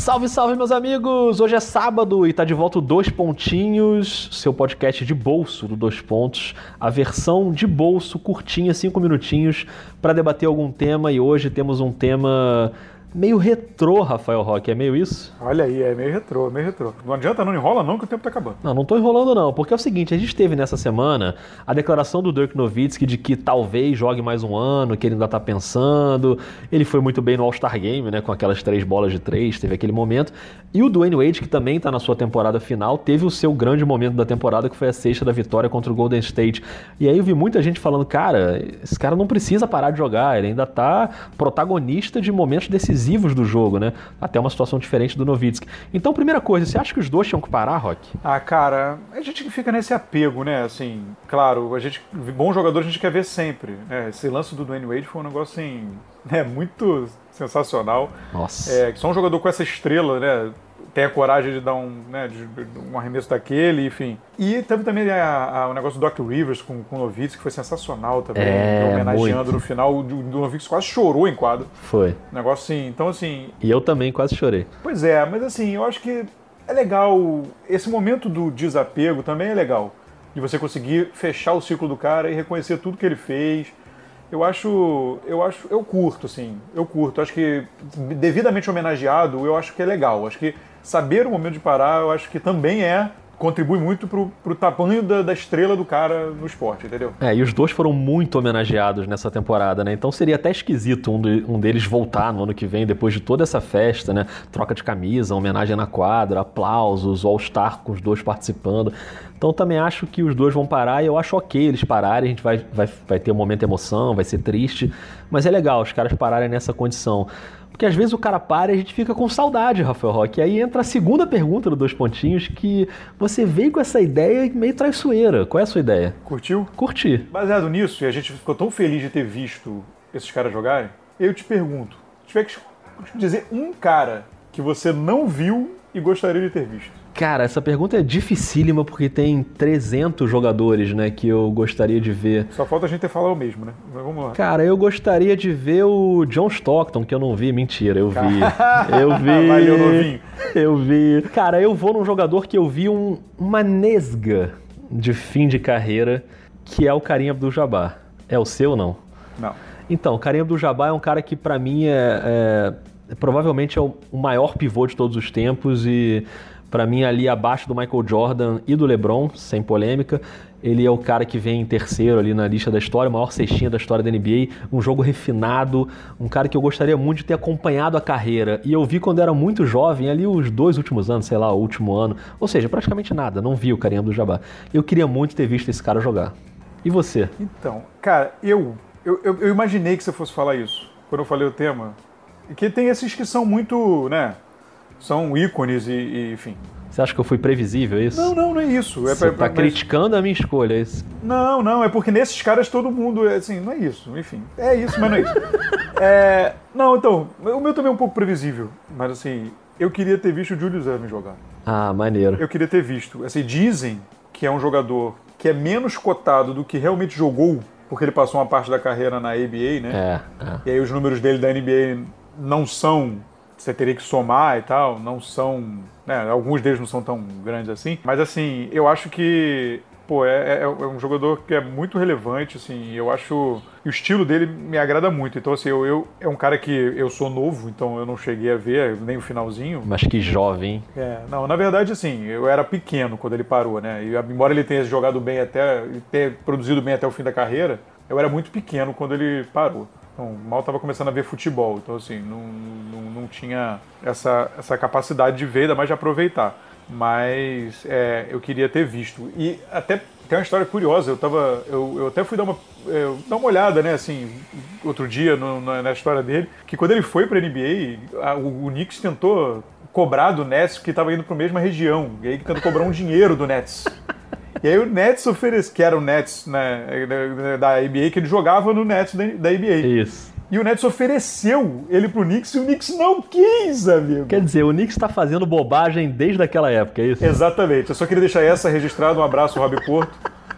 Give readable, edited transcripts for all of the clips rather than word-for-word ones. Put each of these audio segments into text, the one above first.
Salve, salve, meus amigos! Hoje é sábado e tá de volta o Dois Pontinhos, seu podcast de bolso do Dois Pontos, a versão de bolso curtinha, 5 minutinhos, para debater algum tema, e hoje temos um tema meio retrô, Rafael Roque, é meio isso? Olha aí, é meio retrô, meio retrô. Não adianta, não enrola não, que o tempo tá acabando. Não tô enrolando não, porque é o seguinte, a gente teve nessa semana a declaração do Dirk Nowitzki de que talvez jogue mais um ano, que ele ainda tá pensando, ele foi muito bem no All-Star Game, né, com aquelas 3 bolas de 3, teve aquele momento, e o Dwayne Wade, que também tá na sua temporada final, teve o seu grande momento da temporada, que foi a sexta da vitória contra o Golden State, e aí eu vi muita gente falando, cara, esse cara não precisa parar de jogar, ele ainda tá protagonista de momentos decisivos do jogo, né? Até uma situação diferente do Nowitzki. Então, primeira coisa, você acha que os dois tinham que parar, Rock? Ah, cara, a gente fica nesse apego, né? Assim, claro, bom jogador a gente quer ver sempre, né? Esse lance do Dwayne Wade foi um negócio, assim, né, muito sensacional. Nossa. Só um jogador com essa estrela, né? Tem a coragem de dar um arremesso daquele, enfim. E teve também o negócio do Doc Rivers com o Nowitzki, que foi sensacional também, homenageando muito. No final. O Nowitzki quase chorou em quadro. Foi. Negócio assim, então assim... E eu também quase chorei. Pois é, mas assim, eu acho que é legal, esse momento do desapego também é legal, de você conseguir fechar o ciclo do cara e reconhecer tudo que ele fez. Eu curto, assim, acho que devidamente homenageado, eu acho que é legal, acho que saber o momento de parar, eu acho que também contribui muito pro tamanho da estrela do cara no esporte, entendeu? E os dois foram muito homenageados nessa temporada, né? Então seria até esquisito um deles voltar no ano que vem, depois de toda essa festa, né? Troca de camisa, homenagem na quadra, aplausos, All-Star com os dois participando. Então também acho que os dois vão parar e eu acho ok eles pararem, a gente vai ter um momento de emoção, vai ser triste, mas é legal os caras pararem nessa condição. Porque às vezes o cara para e a gente fica com saudade, Rafael Roque. E aí entra a segunda pergunta do Dois Pontinhos, que você veio com essa ideia meio traiçoeira. Qual é a sua ideia? Curtiu? Curti. Baseado nisso, e a gente ficou tão feliz de ter visto esses caras jogarem, eu te pergunto, se tiver que dizer um cara que você não viu e gostaria de ter visto. Cara, essa pergunta é dificílima porque tem 300 jogadores, né, que eu gostaria de ver. Só falta a gente ter falado o mesmo, né? Mas vamos lá. Cara, eu gostaria de ver o John Stockton, que eu não vi. Mentira, eu vi. Eu vi. Valeu, novinho. Eu vi. Cara, eu vou num jogador que eu vi uma nesga de fim de carreira, que é o Kareem Abdul-Jabbar. É o seu ou não? Não. Então, o Kareem Abdul-Jabbar é um cara que pra mim provavelmente é o maior pivô de todos os tempos e... Pra mim, ali abaixo do Michael Jordan e do LeBron, sem polêmica, ele é o cara que vem em terceiro ali na lista da história, o maior cestinha da história da NBA, um jogo refinado, um cara que eu gostaria muito de ter acompanhado a carreira. E eu vi quando era muito jovem, ali os 2 últimos anos, sei lá, o último ano, ou seja, praticamente nada, não vi o Kareem Abdul-Jabbar. Eu queria muito ter visto esse cara jogar. E você? Então, cara, eu imaginei que você fosse falar isso, quando eu falei o tema, e que tem esses que são muito, né... São ícones e enfim. Você acha que eu fui previsível, é isso? Não é isso. Você tá criticando a minha escolha, é isso? Não, é porque nesses caras todo mundo, assim, não é isso, enfim. É isso, mas não é isso. Então, o meu também é um pouco previsível, mas assim, eu queria ter visto o Julius Erving jogar. Ah, maneiro. Eu queria ter visto. Assim, dizem que é um jogador que é menos cotado do que realmente jogou, porque ele passou uma parte da carreira na ABA, né? E aí os números dele da NBA não são... Você teria que somar e tal, não são... Né, alguns deles não são tão grandes assim. Mas assim, eu acho que... é um jogador que é muito relevante, assim. Eu acho... E o estilo dele me agrada muito. Então, assim, é um cara que eu sou novo, então eu não cheguei a ver nem o finalzinho. Mas que jovem. Não, na verdade, assim, eu era pequeno quando ele parou, né? E embora ele tenha jogado bem ter produzido bem até o fim da carreira, eu era muito pequeno quando ele parou. Então, mal estava começando a ver futebol, então assim, não tinha essa capacidade de ver, ainda mais de aproveitar. Mas eu queria ter visto. E até tem uma história curiosa, eu até fui dar uma olhada, né, assim, outro dia na história dele, que quando ele foi para a NBA, o Knicks tentou cobrar do Nets, que estava indo para a mesma região, e aí tentou cobrar um dinheiro do Nets. E aí o Nets ofereceu, que era o Nets, né, da NBA, que ele jogava no Nets da NBA. Isso. E o Nets ofereceu ele pro Knicks e o Knicks não quis, amigo. Quer dizer, o Knicks tá fazendo bobagem desde aquela época, é isso? Exatamente. Eu só queria deixar essa registrada. Um abraço, Rob Porto.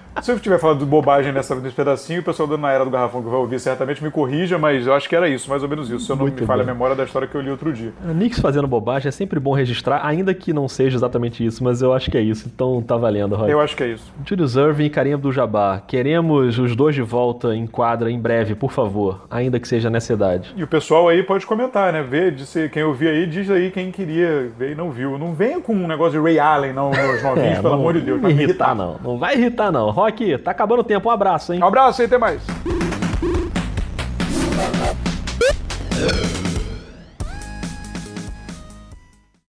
Se eu estiver falando de bobagem nesse pedacinho, o pessoal na Era do Garrafão que vai ouvir certamente me corrija, mas eu acho que era isso, mais ou menos isso. Se eu não me falha a memória da história que eu li outro dia. Knicks fazendo bobagem é sempre bom registrar, ainda que não seja exatamente isso, mas eu acho que é isso. Então tá valendo, Roy. Eu acho que é isso. Julius Erving e Kareem Abdul-Jabbar. Queremos os dois de volta em quadra em breve, por favor. Ainda que seja nessa idade. E o pessoal aí pode comentar, né? Vê, quem ouvir aí, diz aí quem queria ver e não viu. Não venha com um negócio de Ray Allen não, nos novinhos, pelo amor de Deus. Não vai irritar, não. Não vai irritar, não. Rock, tá acabando o tempo. Um abraço, hein? Um abraço e até mais.